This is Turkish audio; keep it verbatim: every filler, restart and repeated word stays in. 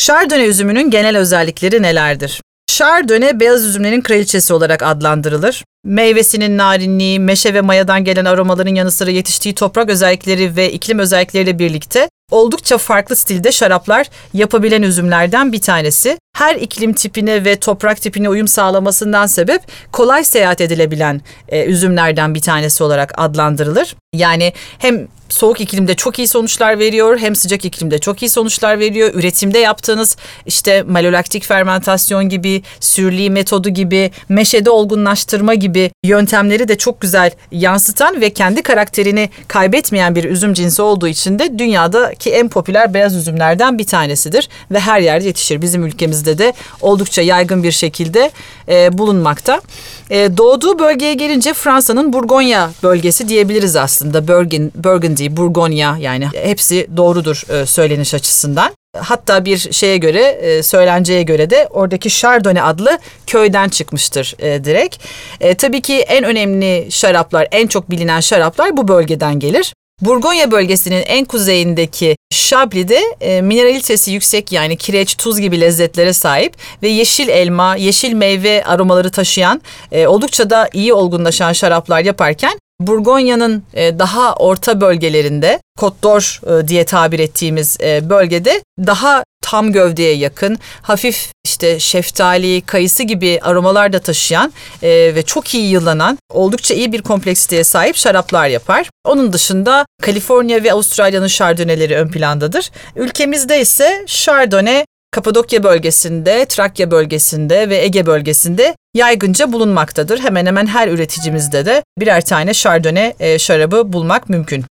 Chardonnay üzümünün genel özellikleri nelerdir? Chardonnay beyaz üzümlerin kraliçesi olarak adlandırılır. Meyvesinin narinliği, meşe ve mayadan gelen aromaların yanı sıra yetiştiği toprak özellikleri ve iklim özellikleriyle birlikte oldukça farklı stilde şaraplar yapabilen üzümlerden bir tanesi. Her iklim tipine ve toprak tipine uyum sağlamasından sebep kolay seyahat edilebilen e, üzümlerden bir tanesi olarak adlandırılır. Yani hem soğuk iklimde çok iyi sonuçlar veriyor, hem sıcak iklimde çok iyi sonuçlar veriyor. Üretimde yaptığınız işte malolaktik fermentasyon gibi, sürli metodu gibi, meşede olgunlaştırma gibi yöntemleri de çok güzel yansıtan ve kendi karakterini kaybetmeyen bir üzüm cinsi olduğu için de dünyadaki en popüler beyaz üzümlerden bir tanesidir ve her yerde yetişir. Bizim ülkemizde de oldukça yaygın bir şekilde e, bulunmakta. E, doğduğu bölgeye gelince Fransa'nın Burgonya bölgesi diyebiliriz aslında. Burgun, Burgundy, Burgonya, yani hepsi doğrudur e, söyleniş açısından. Hatta bir şeye göre, e, söylenceye göre de oradaki Chardonnay adlı köyden çıkmıştır e, direkt. E, tabii ki en önemli şaraplar, en çok bilinen şaraplar bu bölgeden gelir. Burgonya bölgesinin en kuzeyindeki Chablis'de e, mineralitesi yüksek, yani kireç, tuz gibi lezzetlere sahip ve yeşil elma, yeşil meyve aromaları taşıyan, e, oldukça da iyi olgunlaşan şaraplar yaparken Burgonya'nın e, daha orta bölgelerinde, Côte d'Or e, diye tabir ettiğimiz e, bölgede daha tam gövdeye yakın, hafif işte şeftali, kayısı gibi aromalar da taşıyan e, ve çok iyi yıllanan, oldukça iyi bir kompleksiteye sahip şaraplar yapar. Onun dışında Kaliforniya ve Avustralya'nın Chardonnay'leri ön plandadır. Ülkemizde ise Chardonnay Kapadokya bölgesinde, Trakya bölgesinde ve Ege bölgesinde yaygınca bulunmaktadır. Hemen hemen her üreticimizde de birer tane Chardonnay e, şarabı bulmak mümkün.